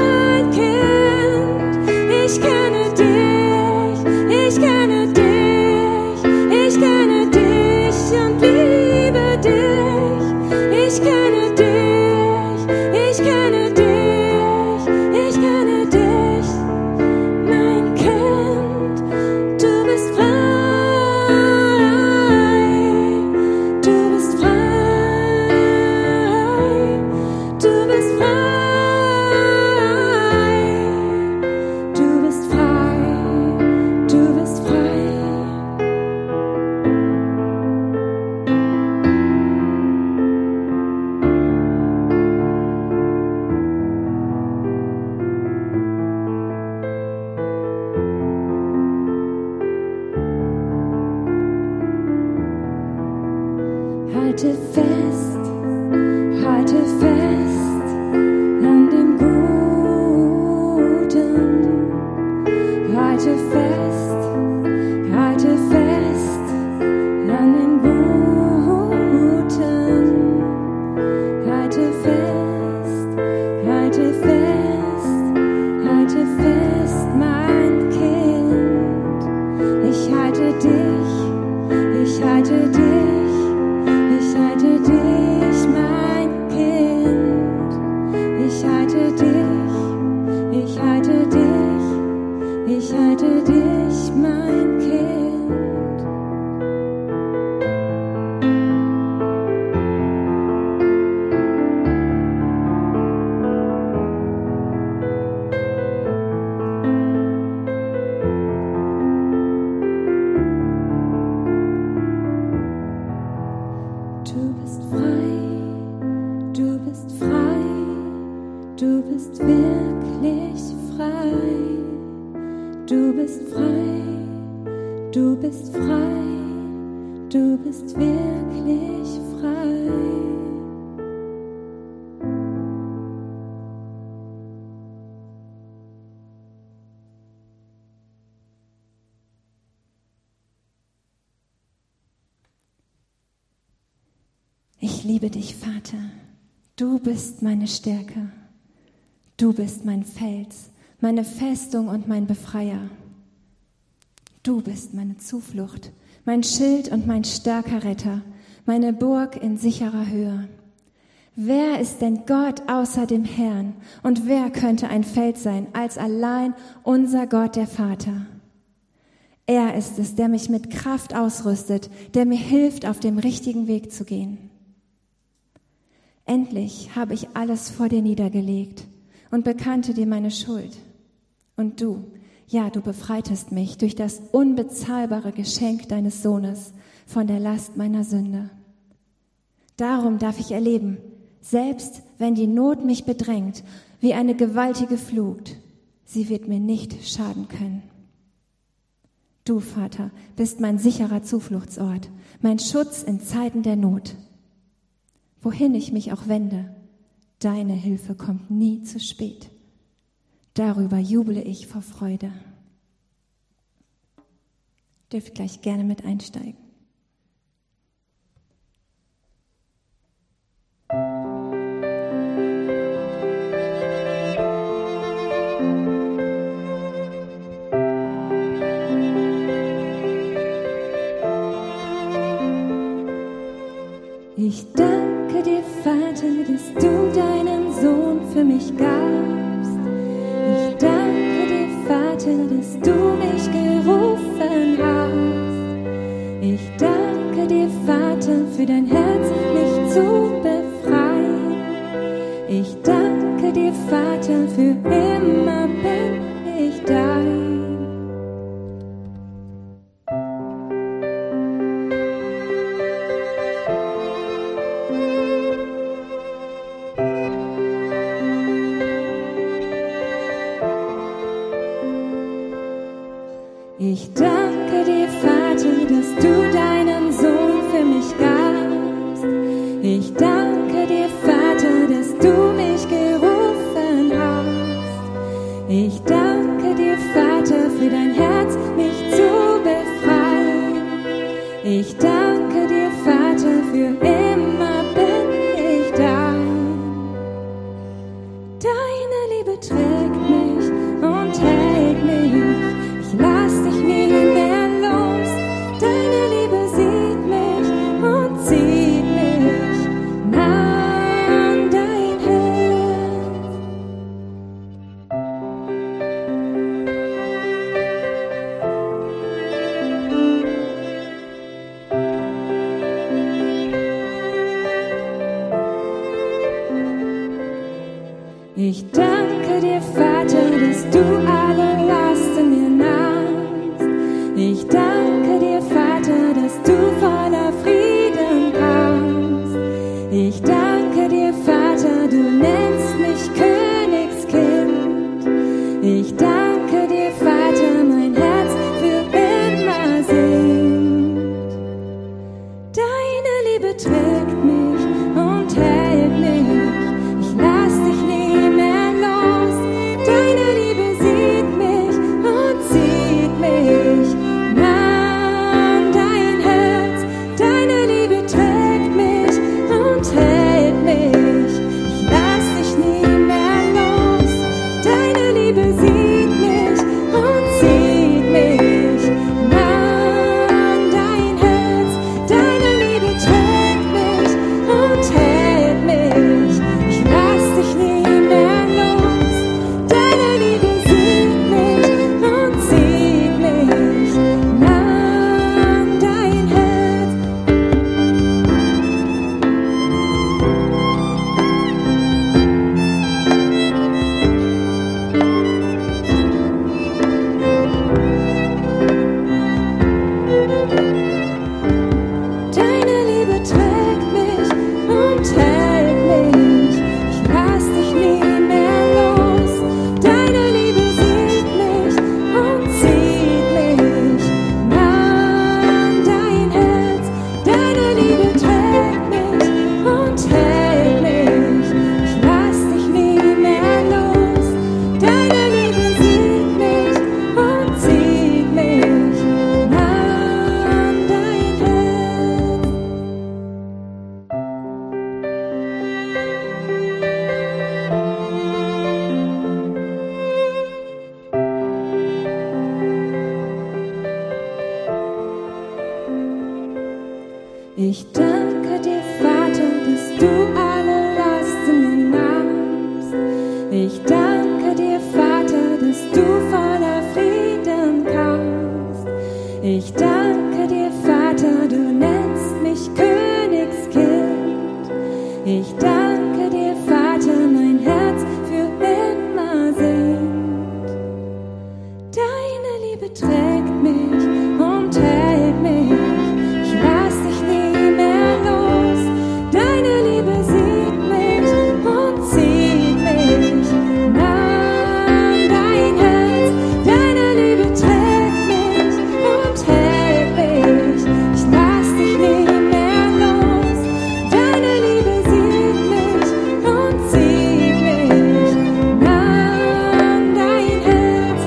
bist wirklich frei. Du bist frei. Du bist frei. Du bist wirklich frei. Ich liebe dich, Vater. Du bist meine Stärke. Du bist mein Fels, meine Festung und mein Befreier. Du bist meine Zuflucht, mein Schild und mein starker Retter, meine Burg in sicherer Höhe. Wer ist denn Gott außer dem Herrn? Und wer könnte ein Fels sein, als allein unser Gott, der Vater? Er ist es, der mich mit Kraft ausrüstet, der mir hilft, auf dem richtigen Weg zu gehen. Endlich habe ich alles vor dir niedergelegt und bekannte dir meine Schuld. Und du, ja, du befreitest mich durch das unbezahlbare Geschenk deines Sohnes von der Last meiner Sünde. Darum darf ich erleben, selbst wenn die Not mich bedrängt, wie eine gewaltige Flut, sie wird mir nicht schaden können. Du, Vater, bist mein sicherer Zufluchtsort, mein Schutz in Zeiten der Not. Wohin ich mich auch wende, deine Hilfe kommt nie zu spät. Darüber juble ich vor Freude. Dürft gleich gerne mit einsteigen. Ich danke dir, Vater, dass du deinen Sohn für mich gabst. Ich danke dir, Vater, dass du mich gerufen hast. Ich danke dir, Vater, für dein Herz, mich zu befreien. Ich danke dir, Vater, für immer bin ich dein. Ich danke dir, Vater, dass du deinen Sohn für mich gabst. Ich danke dir, Vater, dass du mich gerufen hast. Ich danke dir, Vater, für dein Herz, mich zu befreien. Ich danke dir, Vater, für immer bin ich dein. Deine Liebe trägt mich und hält mich. Ich lass dich nie mehr los. Deine Liebe sieht mich und zieht mich nah an dein Herz. Ich danke dir, Vater, dass du alle Lasten mir nahmst. Ich danke dir, Vater, dass du voller Frieden kamst. Ich danke dir, Vater, du nennst mich Königskind. Ich danke dir, Vater, mein Herz für immer singt. Deine Liebe trägt mich und hält mich. Ich lass dich nie mehr los. Deine Liebe sieht mich und zieht mich nah an dein Herz. Deine Liebe trägt mich und hält mich. Ich lass dich nie mehr los. Ich danke dir, Vater, dass du alle Lasten nahmst. Ich danke dir, Vater, dass du voller Frieden kamst. Ich danke dir, Vater, du nennst mich Königskind. Ich danke dir, Vater, mein Herz für immer singt. Deine Liebe trägt mich und hält mich. Ich lass dich nie mehr los. Deine Liebe sieht mich und zieht mich an dein Herz. Deine Liebe trägt mich und hält mich. Ich lass dich nie mehr los. Deine Liebe sieht mich und zieht mich an dein Herz.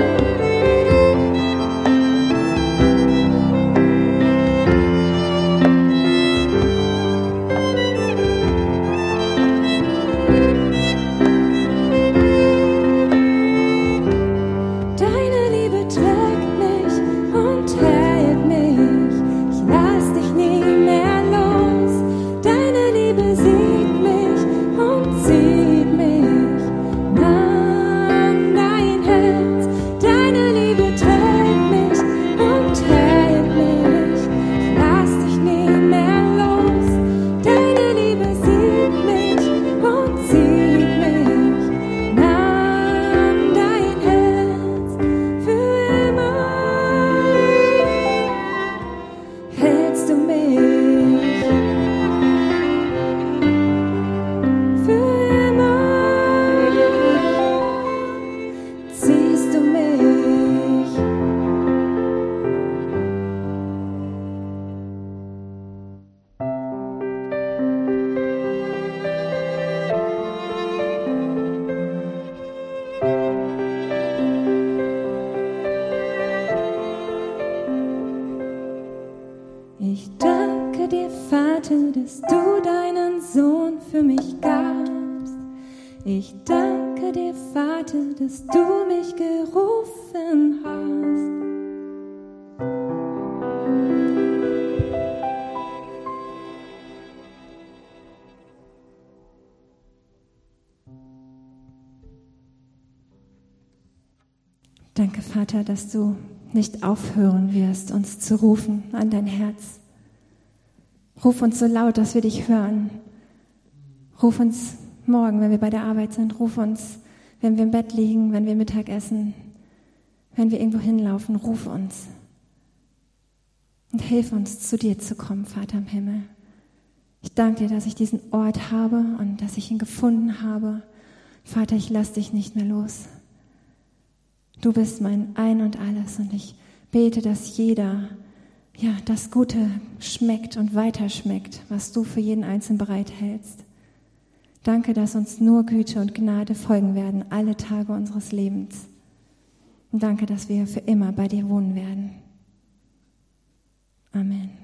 Deine Liebe trägt mich und hält mich. Ich lass dich nie mehr los. Deine Liebe sieht mich und zieht mich an dein Herz. Deine Liebe trägt mich und hält mich. Ich lass dich nie mehr los. Deine Liebe sieht mich und zieht mich an dein Herz. Für immer hältst du mich. Für immer ziehst du mich. Ich danke dir, Vater, dass du deinen Sohn für mich gabst. Ich danke dir, Vater, dass du mich gerufen hast. Danke, Vater, dass du nicht aufhören wirst, uns zu rufen an dein Herz. Ruf uns so laut, dass wir dich hören. Ruf uns morgen, wenn wir bei der Arbeit sind. Ruf uns, wenn wir im Bett liegen, wenn wir Mittag essen, wenn wir irgendwo hinlaufen. Ruf uns. Und hilf uns, zu dir zu kommen, Vater im Himmel. Ich danke dir, dass ich diesen Ort habe und dass ich ihn gefunden habe. Vater, ich lass dich nicht mehr los. Du bist mein Ein und Alles und ich bete, dass jeder, ja, das Gute schmeckt und weiter schmeckt, was du für jeden Einzelnen bereithältst. Danke, dass uns nur Güte und Gnade folgen werden, alle Tage unseres Lebens. Und danke, dass wir für immer bei dir wohnen werden. Amen.